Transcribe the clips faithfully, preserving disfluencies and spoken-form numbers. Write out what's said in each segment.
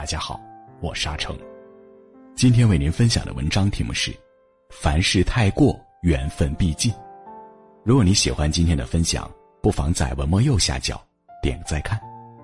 大家好，我沙成。今天为您分享的文章题目是凡事太过，缘分必尽。如果你喜欢今天的分享，不妨在文末右下角点个再看。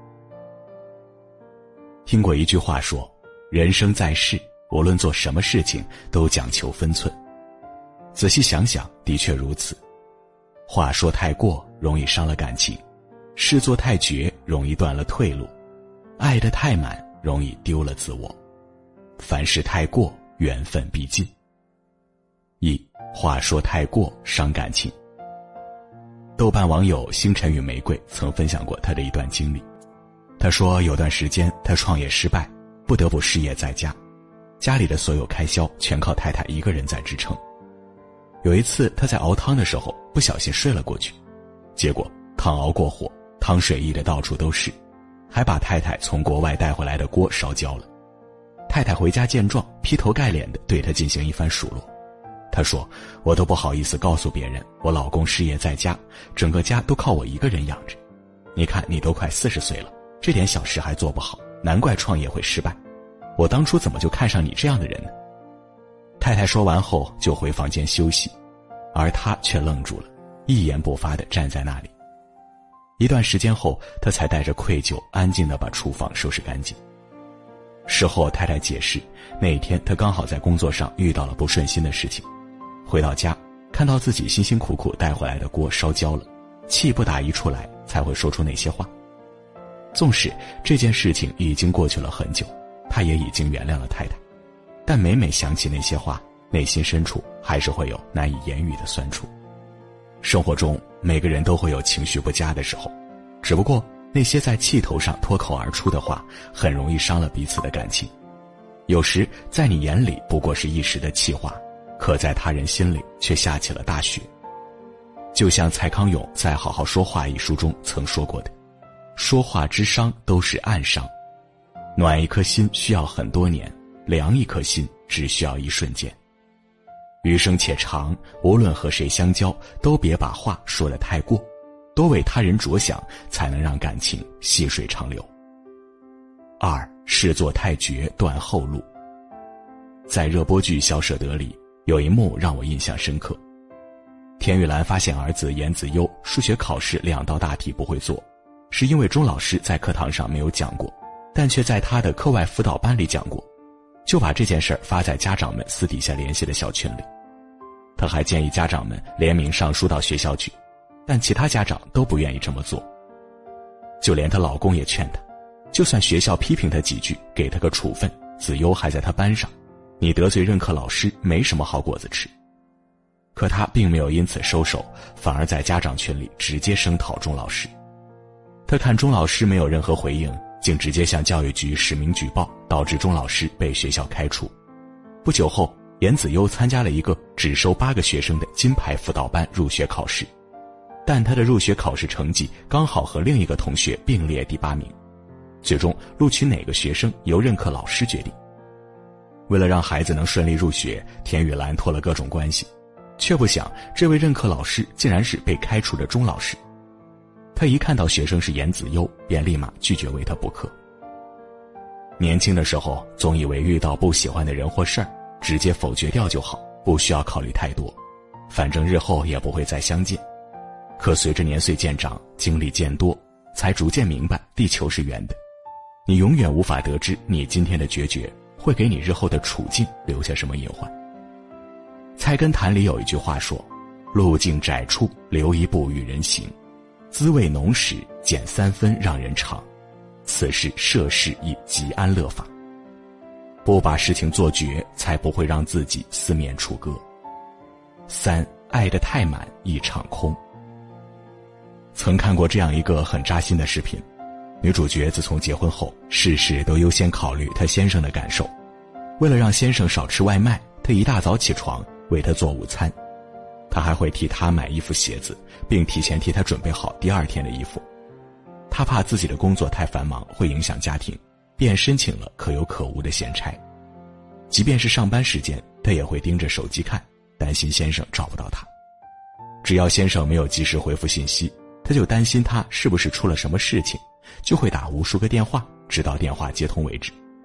听过一句话说，人生在世，无论做什么事情都讲求分寸。仔细想想，的确如此。话说太过，容易伤了感情；事做太绝，容易断了退路；爱得太满，容易丢了自我。凡事太过，缘分必尽。一，话说太过，伤感情。豆瓣网友星辰与玫瑰曾分享过他的一段经历。他说有段时间他创业失败，不得不失业在家，家里的所有开销全靠太太一个人在支撑。有一次他在熬汤的时候不小心睡了过去，结果汤熬过火，汤水溢得到处都是，还把太太从国外带回来的锅烧焦了。太太回家见状，劈头盖脸地对他进行一番数落。他说，我都不好意思告诉别人，我老公失业在家，整个家都靠我一个人养着。你看你都快四十岁了，这点小事还做不好，难怪创业会失败。我当初怎么就看上你这样的人呢？太太说完后就回房间休息，而他却愣住了，一言不发地站在那里。一段时间后，他才带着愧疚安静地把厨房收拾干净。事后太太解释，那一天他刚好在工作上遇到了不顺心的事情，回到家看到自己辛辛苦苦带回来的锅烧焦了，气不打一处来，才会说出那些话。纵使这件事情已经过去了很久，他也已经原谅了太太，但每每想起那些话，内心深处还是会有难以言语的酸楚。生活中每个人都会有情绪不佳的时候，只不过那些在气头上脱口而出的话，很容易伤了彼此的感情。有时在你眼里不过是一时的气话，可在他人心里却下起了大雪。就像蔡康永在《好好说话》一书中曾说过的，说话之伤都是暗伤，暖一颗心需要很多年，凉一颗心只需要一瞬间。余生且长，无论和谁相交，都别把话说得太过，多为他人着想，才能让感情细水长流。二，事做太绝，断后路。在热播剧《小舍得》里，有一幕让我印象深刻。田雨岚发现儿子严子优数学考试两道大题不会做，是因为钟老师在课堂上没有讲过，但却在他的课外辅导班里讲过，就把这件事发在家长们私底下联系的小群里。他还建议家长们联名上书到学校去，但其他家长都不愿意这么做。就连她老公也劝她，就算学校批评她几句，给她个处分，子优还在她班上，你得罪任课老师没什么好果子吃。可她并没有因此收手，反而在家长群里直接声讨钟老师。她看钟老师没有任何回应，竟直接向教育局实名举报，导致钟老师被学校开除。不久后，严子优参加了一个只收八个学生的金牌辅导班入学考试，但他的入学考试成绩刚好和另一个同学并列第八名。最终录取哪个学生由任课老师决定。为了让孩子能顺利入学，田雨岚托了各种关系，却不想这位任课老师竟然是被开除的钟老师。他一看到学生是严子优，便立马拒绝为他补课。年轻的时候总以为遇到不喜欢的人或事儿，直接否决掉就好，不需要考虑太多，反正日后也不会再相见。可随着年岁渐长，经历渐多，才逐渐明白地球是圆的。你永远无法得知你今天的决绝会给你日后的处境留下什么隐患。菜根谭里有一句话说，路径窄处留一步与人行，滋味浓时减三分让人尝，此事涉世亦极安乐法。不把事情做绝，才不会让自己四面楚歌。三，爱得太满，一场空。曾看过这样一个很扎心的视频，女主角自从结婚后，事事都优先考虑她先生的感受。为了让先生少吃外卖，她一大早起床为他做午餐，她还会替他买衣服鞋子，并提前替他准备好第二天的衣服。她怕自己的工作太繁忙会影响家庭，便申请了可有可无的闲差。即便是上班时间，她也会盯着手机看，担心先生找不到她。只要先生没有及时回复信息，她就担心他是不是出了什么事情，就会打无数个电话，直到电话接通为止。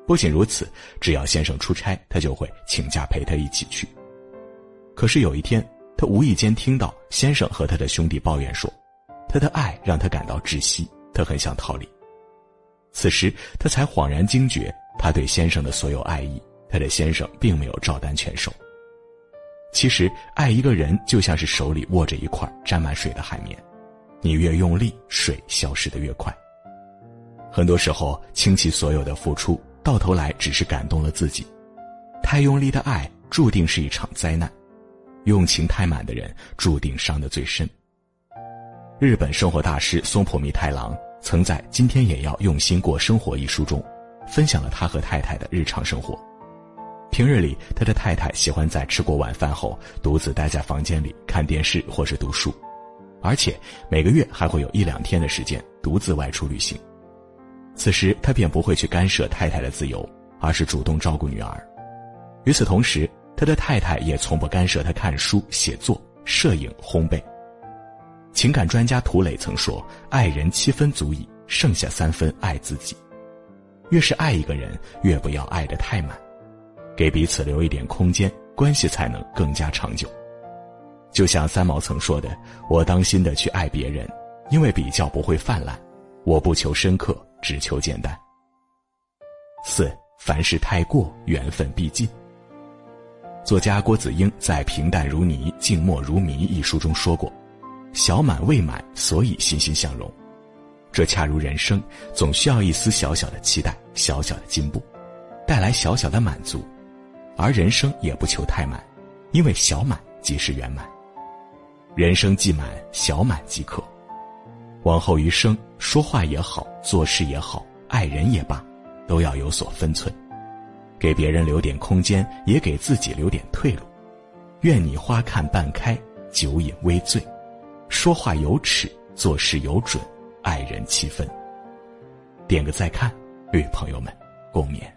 不仅如此，只要先生出差，她就会请假陪他一起去。可是有一天，她无意间听到先生和他的兄弟抱怨说，他的爱让他感到窒息，他很想逃离。此时他才恍然惊觉，他对先生的所有爱意，他的先生并没有照单全收。其实爱一个人就像是手里握着一块沾满水的海绵，你越用力，水消失得越快。很多时候倾其所有的付出，到头来只是感动了自己。太用力的爱注定是一场灾难，用情太满的人注定伤得最深。日本生活大师松浦弥太郎曾在《今天也要用心过生活》一书中分享了他和太太的日常生活。平日里，他的太太喜欢在吃过晚饭后独自待在房间里看电视或是读书，而且每个月还会有一两天的时间独自外出旅行。此时他便不会去干涉太太的自由，而是主动照顾女儿。与此同时，他的太太也从不干涉他看书、写作、摄影、烘焙。情感专家涂磊曾说，爱人七分足矣，剩下三分爱自己。越是爱一个人，越不要爱得太满，给彼此留一点空间，关系才能更加长久。就像三毛曾说的，我当心的去爱别人，因为比较不会泛滥，我不求深刻，只求简单。四，凡事太过，缘分必尽。作家郭子英在《平淡如泥，静默如谜》一书中说过，小满未满，所以欣欣向荣。这恰如人生，总需要一丝小小的期待，小小的进步，带来小小的满足。而人生也不求太满，因为小满即是圆满。人生既满，小满即可。往后余生，说话也好，做事也好，爱人也罢，都要有所分寸，给别人留点空间，也给自己留点退路。愿你花看半开，酒饮微醉，说话有尺，做事有准，爱人七分。点个再看，与朋友们共勉。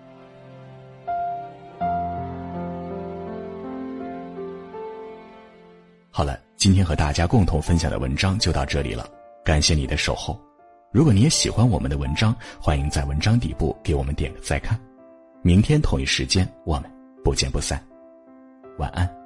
好了，今天和大家共同分享的文章就到这里了，感谢你的守候。如果你也喜欢我们的文章，欢迎在文章底部给我们点个再看。明天同一时间，我们不见不散。晚安。